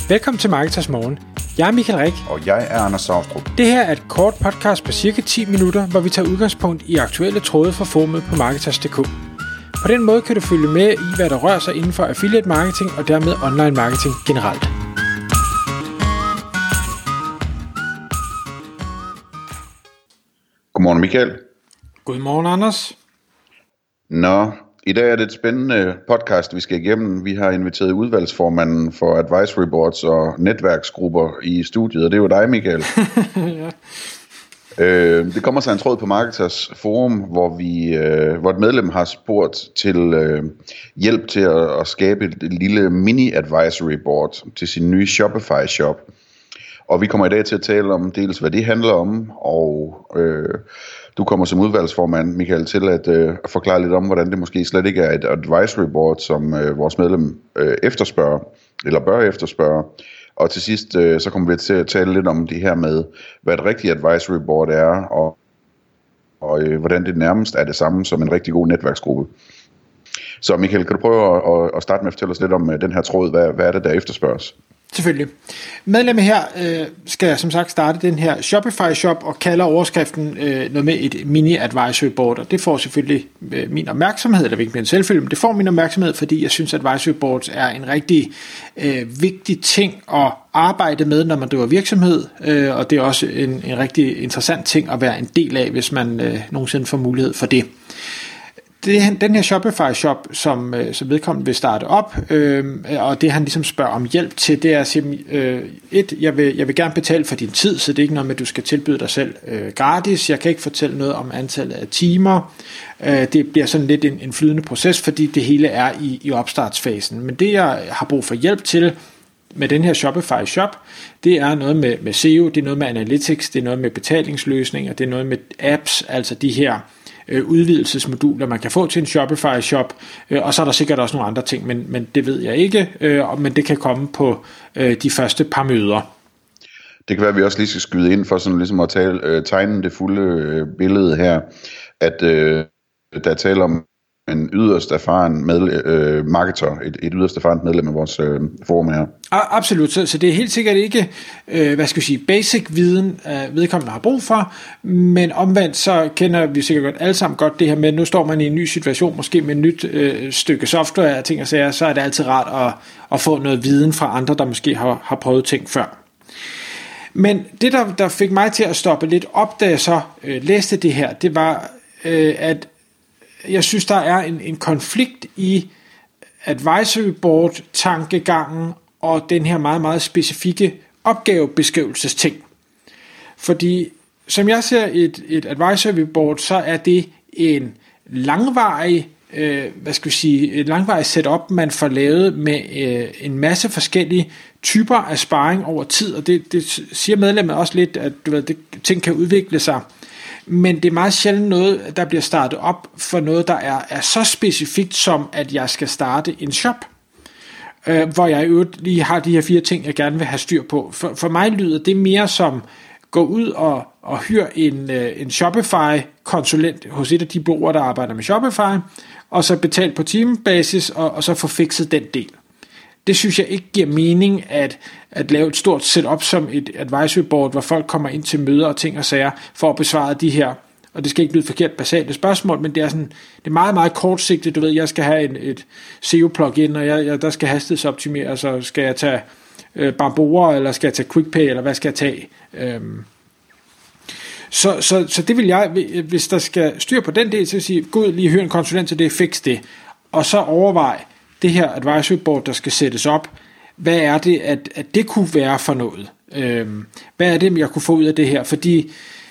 Velkommen til Marketers Morgen. Jeg er Michael Rik. Og jeg er Anders Saustrup. Det her er et kort podcast på cirka 10 minutter, hvor vi tager udgangspunkt i aktuelle tråde fra forumet på Marketers.dk. På den måde kan du følge med i, hvad der rører sig inden for affiliate marketing og dermed online marketing generelt. Godmorgen Michael. Godmorgen Anders. Nå, i dag er det et spændende podcast, vi skal igennem. Vi har inviteret udvalgsformanden for advisory boards og netværksgrupper i studiet, og det er jo dig, Michael. Ja. Det kommer sig en tråd på Marketers Forum, hvor et medlem har spurgt til hjælp til at skabe et lille mini-advisory board til sin nye Shopify-shop. Og vi kommer i dag til at tale om dels, hvad det handler om, og du kommer som udvalgsformand, Michael, til at forklare lidt om, hvordan det måske slet ikke er et advisory board, som vores medlem efterspørger, eller bør efterspørge. Og til sidst, så kommer vi til at tale lidt om det her med, hvad et rigtigt advisory board er, og hvordan det nærmest er det samme som en rigtig god netværksgruppe. Så Michael, kan du prøve at starte med at fortælle os lidt om den her tråd, hvad er det, der efterspørges? Selvfølgelig. Medlemmet her skal som sagt starte den her Shopify shop og kalder overskriften noget med et mini advisory board, og det får selvfølgelig min opmærksomhed, eller ikke min selvfølge, men det får min opmærksomhed, fordi jeg synes, at advisory boards er en rigtig vigtig ting at arbejde med, når man driver virksomhed, og det er også en rigtig interessant ting at være en del af, hvis man nogensinde får mulighed for det. Den her Shopify shop, som vedkommende vil starte op, og det han ligesom spørger om hjælp til, det er simpelthen, jeg vil gerne betale for din tid, så det er ikke noget med, at du skal tilbyde dig selv gratis. Jeg kan ikke fortælle noget om antallet af timer. Det bliver sådan lidt en flydende proces, fordi det hele er i opstartsfasen. Men det jeg har brug for hjælp til med den her Shopify shop, det er noget med SEO, det er noget med analytics, det er noget med betalingsløsninger, det er noget med apps, altså de her udvidelsesmoduler, man kan få til en Shopify shop, og så er der sikkert også nogle andre ting, men det ved jeg ikke, men det kan komme på de første par møder. Det kan være, at vi også lige skal skyde ind for sådan ligesom at tegne det fulde billede her, at der er tale om en yderst erfaren marketer, et yderst erfaren medlem af vores forum her. Absolut, så det er helt sikkert ikke, basic viden, vedkommende har brug for, men omvendt så kender vi sikkert alle sammen godt det her med, nu står man i en ny situation, måske med et nyt stykke software, ting og sager, så er det altid rart at få noget viden fra andre, der måske har prøvet ting før. Men det, der fik mig til at stoppe lidt op, da jeg så læste det her, det var, at jeg synes, der er en konflikt i advisory board tankegangen og den her meget, meget specifikke opgavebeskrivelsesting. Fordi som jeg ser et advisory board, så er det en langvarig, et langvarig setup, man får lavet med en masse forskellige typer af sparring over tid, og det siger medlemmet også lidt, at ting kan udvikle sig. Men det er meget sjældent noget, der bliver startet op for noget, der er så specifikt som, at jeg skal starte en shop, hvor jeg i øvrigt lige har de her 4 ting, jeg gerne vil have styr på. For mig lyder det mere som gå ud og hyre en Shopify-konsulent hos et af de brugere, der arbejder med Shopify, og så betale på timebasis, og så få fikset den del. Det synes jeg ikke giver mening at lave et stort setup som et advisory board, hvor folk kommer ind til møder og ting og sager for at besvare de her, og det skal ikke lyde forkert basale spørgsmål, men det er meget, meget kortsigtet. Jeg skal have et SEO-plugin, og der skal hastighedsoptimeres, så skal jeg tage Bambora, eller skal jeg tage QuickPay, eller hvad skal jeg tage? Så det vil jeg, hvis der skal styr på den del, så vil jeg sige, gå ud lige høre en konsulent til det, fix det, og så overvej det her advisory board, der skal sættes op, hvad er det, at det kunne være for noget? Hvad er det, jeg kunne få ud af det her? Fordi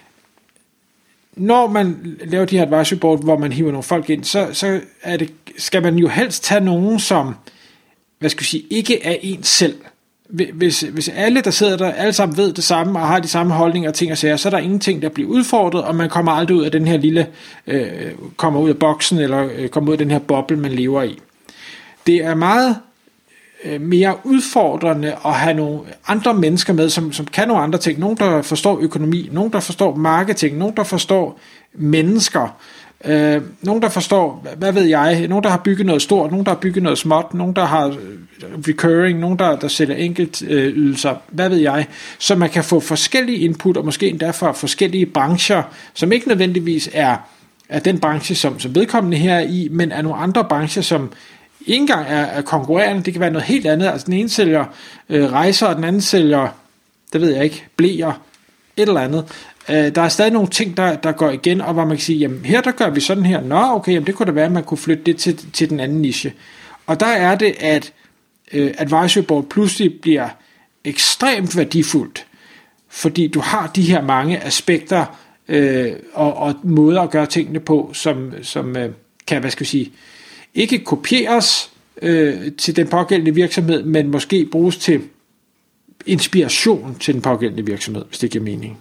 når man laver de her advisory board, hvor man hiver nogle folk ind, så skal man jo helst tage nogen, som ikke er en selv. Hvis alle, der sidder der, alle sammen ved det samme, og har de samme holdninger og ting og sager, så er der ingenting, der bliver udfordret, og man kommer aldrig ud af den her lille, kommer ud af boksen, eller kommer ud af den her boble, man lever i. Det er meget mere udfordrende at have nogle andre mennesker med, som kan nogle andre ting. Nogen, der forstår økonomi, nogen, der forstår marketing, nogen, der forstår mennesker, Nogen, der forstår, hvad ved jeg, nogen, der har bygget noget stort, nogen, der har bygget noget småt, nogen, der har recurring, nogen, der sælger enkelt ydelser, hvad ved jeg, så man kan få forskellige input, og måske endda fra forskellige brancher, som ikke nødvendigvis er den branche, som vedkommende her er i, men er nogle andre brancher, som ikke engang er konkurrerende. Det kan være noget helt andet. Altså den ene sælger rejser, og den anden sælger, det ved jeg ikke, bleer, et eller andet. Der er stadig nogle ting, der går igen, og hvor man kan sige, jamen her der gør vi sådan her. Nå, okay, jamen det kunne da være, at man kunne flytte det til den anden niche. Og der er det, at Advisory Board pludselig bliver ekstremt værdifuldt, fordi du har de her mange aspekter og måder at gøre tingene på, som kan, hvad skal vi sige, ikke kopieres til den pågældende virksomhed, men måske bruges til inspiration til den pågældende virksomhed, hvis det giver mening.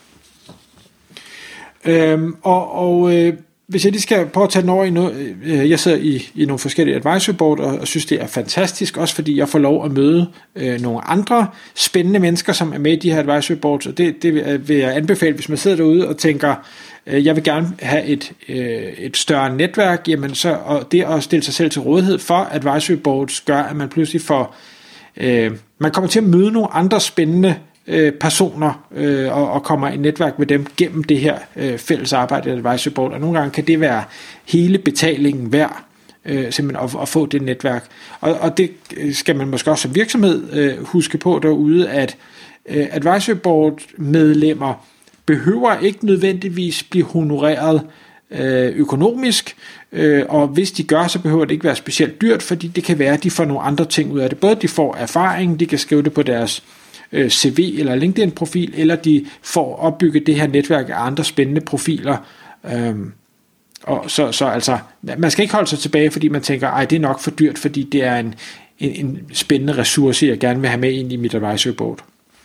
Hvis jeg lige skal prøve at tage den over i noget, jeg sidder i nogle forskellige advisory board, og synes det er fantastisk, også fordi jeg får lov at møde nogle andre spændende mennesker, som er med i de her advisory boards, og det vil jeg anbefale, hvis man sidder derude og tænker, jeg vil gerne have et større netværk, jamen så, og det at stille sig selv til rådighed for advisory boards, gør, at man pludselig får, man kommer til at møde nogle andre spændende personer og kommer i netværk med dem gennem det her fælles arbejde i advisory board, og nogle gange kan det være hele betalingen værd, simpelthen at få det netværk, og det skal man måske også som virksomhed huske på derude, at advisory board medlemmer behøver ikke nødvendigvis blive honoreret økonomisk, og hvis de gør, så behøver det ikke være specielt dyrt, fordi det kan være, at de får nogle andre ting ud af det. Både de får erfaring, de kan skrive det på deres CV eller LinkedIn-profil, eller de får opbygget det her netværk af andre spændende profiler. Og så altså, man skal ikke holde sig tilbage, fordi man tænker, ej, det er nok for dyrt, fordi det er en spændende ressource, jeg gerne vil have med ind i mit advisory board.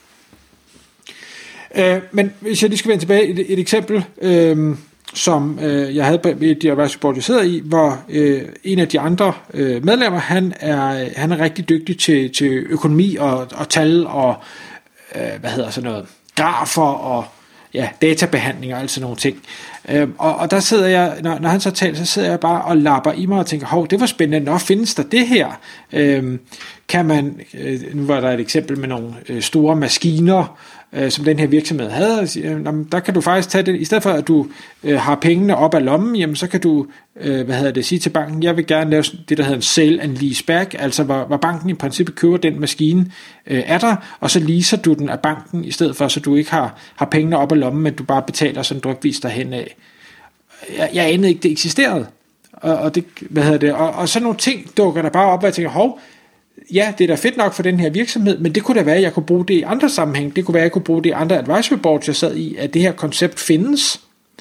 Men hvis jeg lige skal vende tilbage, et eksempel, som jeg havde på det advisory board, jeg sidder i, hvor en af de andre medlemmer, han er rigtig dygtig til økonomi og tal og grafer og databehandling og alt sådan nogle ting. Og der sidder jeg, når han så taler, så sidder jeg bare og lapper i mig og tænker, hov, det var spændende, nå, findes der det her? Kan man, nu var der et eksempel med nogle store maskiner, som den her virksomhed havde, der kan du faktisk tage det, i stedet for at du har pengene op af lommen, jamen så kan du sige til banken, jeg vil gerne lave det, der hedder en sale and lease back, altså hvor banken i princippet køber den maskine af dig, og så leaser du den af banken, i stedet for, så du ikke har pengene op af lommen, men du bare betaler sådan drypvis derhen af. Jeg anede ikke, det eksisterede. Og sådan nogle ting dukker der bare op, og jeg tænker, hov, ja, det er da fedt nok for den her virksomhed, men det kunne da være, at jeg kunne bruge det i andre sammenhæng. Det kunne være, at jeg kunne bruge det i andre advisory boards, jeg sad i, at det her koncept findes.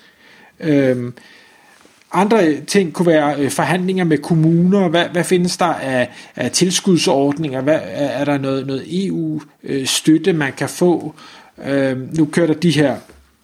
Andre ting kunne være forhandlinger med kommuner. Hvad findes der af tilskudsordninger? Er der noget EU-støtte, man kan få? Nu kører der de her,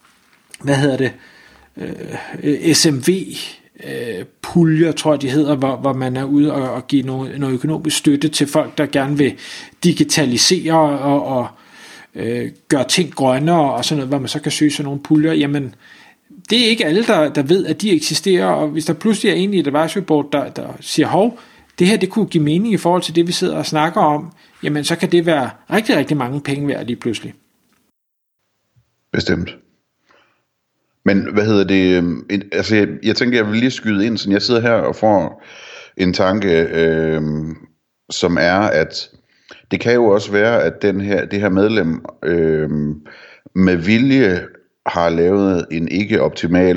SMV puljer, tror jeg de hedder, hvor man er ude og give noget økonomisk støtte til folk, der gerne vil digitalisere og gøre ting grønnere og sådan noget, hvor man så kan søge sådan nogle puljer. Jamen, det er ikke alle, der ved, at de eksisterer, og hvis der pludselig er en i et advisory board, der siger, hov, det her, det kunne give mening i forhold til det, vi sidder og snakker om, jamen så kan det være rigtig, rigtig mange penge værd lige pludselig. Bestemt. Men jeg tænker, jeg vil lige skyde ind, så jeg sidder her og får en tanke, som er, at det kan jo også være, at det her medlem med vilje har lavet en ikke optimal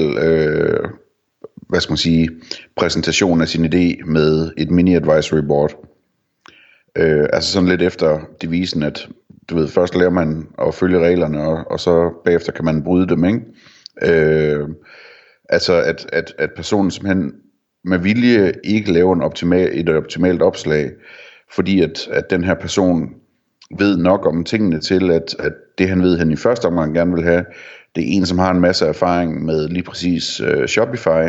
præsentation af sin idé med et mini advisory board. Altså sådan lidt efter devisen, at du ved, først lærer man at følge reglerne, og så bagefter kan man bryde dem, ikke? Altså at personen simpelthen med vilje ikke laver et optimalt opslag, fordi at den her person ved nok om tingene til, at det han ved, han i første omgang gerne vil have, det er en, som har en masse erfaring med lige præcis Shopify,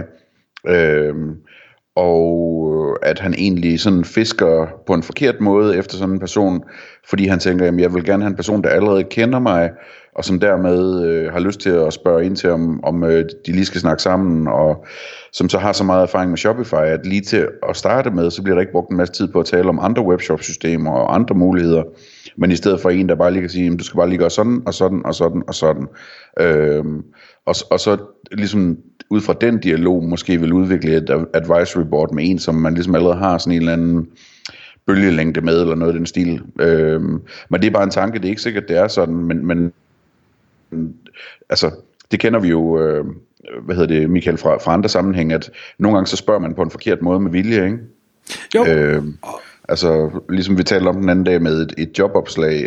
og at han egentlig sådan fisker på en forkert måde efter sådan en person, fordi han tænker, jamen jeg vil gerne have en person, der allerede kender mig, og som dermed har lyst til at spørge ind til, om de lige skal snakke sammen, og som så har så meget erfaring med Shopify, at lige til at starte med, så bliver der ikke brugt en masse tid på at tale om andre webshop-systemer og andre muligheder, men i stedet for en, der bare lige kan sige, du skal bare lige gøre sådan, og sådan, og sådan, og sådan. Og så ligesom ud fra den dialog, måske vil udvikle et advisory board med en, som man ligesom allerede har sådan en eller anden bølgelængde med, eller noget af den stil. Men det er bare en tanke, det er ikke sikkert, det er sådan, men altså, det kender vi jo, Michael, fra andre sammenhæng, at nogle gange så spørger man på en forkert måde med vilje, ikke? Jo. Altså, ligesom vi talte om den anden dag med et jobopslag,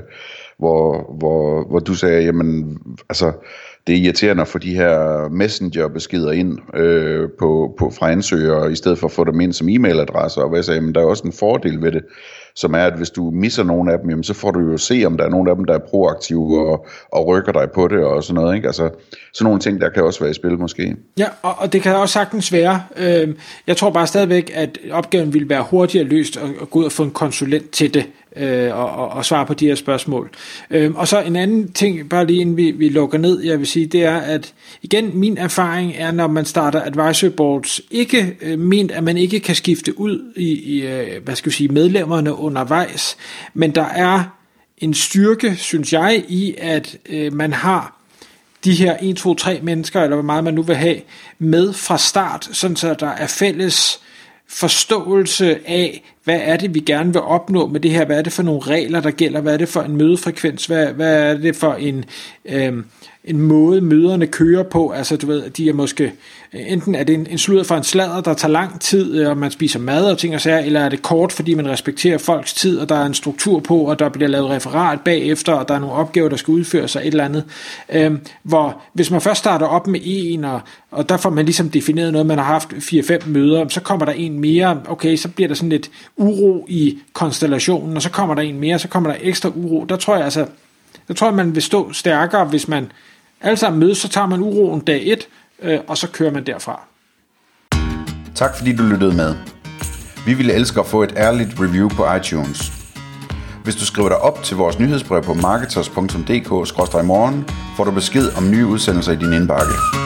hvor du sagde, jamen, altså, det er irriterende at få de her messengerbeskeder ind fra ansøgere, i stedet for at få dem ind som e-mailadresser, og hvad jeg sagde, men der er også en fordel ved det, som er, at hvis du misser nogle af dem, jamen, så får du jo se, om der er nogle af dem, der er proaktive og rykker dig på det og sådan noget, ikke? Altså, sådan nogle ting, der kan også være i spil måske. Ja, og det kan også sagtens være. Jeg tror bare stadigvæk, at opgaven ville være hurtigere løst at gå ud og få en konsulent til det, og svare på de her spørgsmål. Og så en anden ting, bare lige inden vi lukker ned, jeg vil sige, det er, at igen, min erfaring er, når man starter advisory boards, ikke ment, at man ikke kan skifte ud i medlemmerne undervejs, men der er en styrke, synes jeg, i at man har de her 1, 2, 3 mennesker, eller hvor meget man nu vil have, med fra start, sådan så der er fælles forståelse af, hvad er det, vi gerne vil opnå med det her, hvad er det for nogle regler, der gælder, hvad er det for en mødefrekvens, hvad er det for en måde, møderne kører på, altså du ved, de er måske, enten er det en sludder for en sladder, der tager lang tid, og man spiser mad og ting og sager, eller er det kort, fordi man respekterer folks tid, og der er en struktur på, og der bliver lavet referat bagefter, og der er nogle opgaver, der skal udføres, og et eller andet. Hvor hvis man først starter op med en, og der får man ligesom defineret noget, man har haft 4-5 møder, så kommer der en mere, okay, så bliver der sådan lidt uro i konstellationen, og så kommer der en mere, så kommer der ekstra uro. Der tror jeg, man vil stå stærkere, hvis man alle sammen mødes, så tager man uroen dag 1, og så kører man derfra. Tak fordi du lyttede med. Vi ville elske at få et ærligt review på iTunes. Hvis du skriver dig op til vores nyhedsbrev på marketers.dk/morgen, får du besked om nye udsendelser i din indbakke.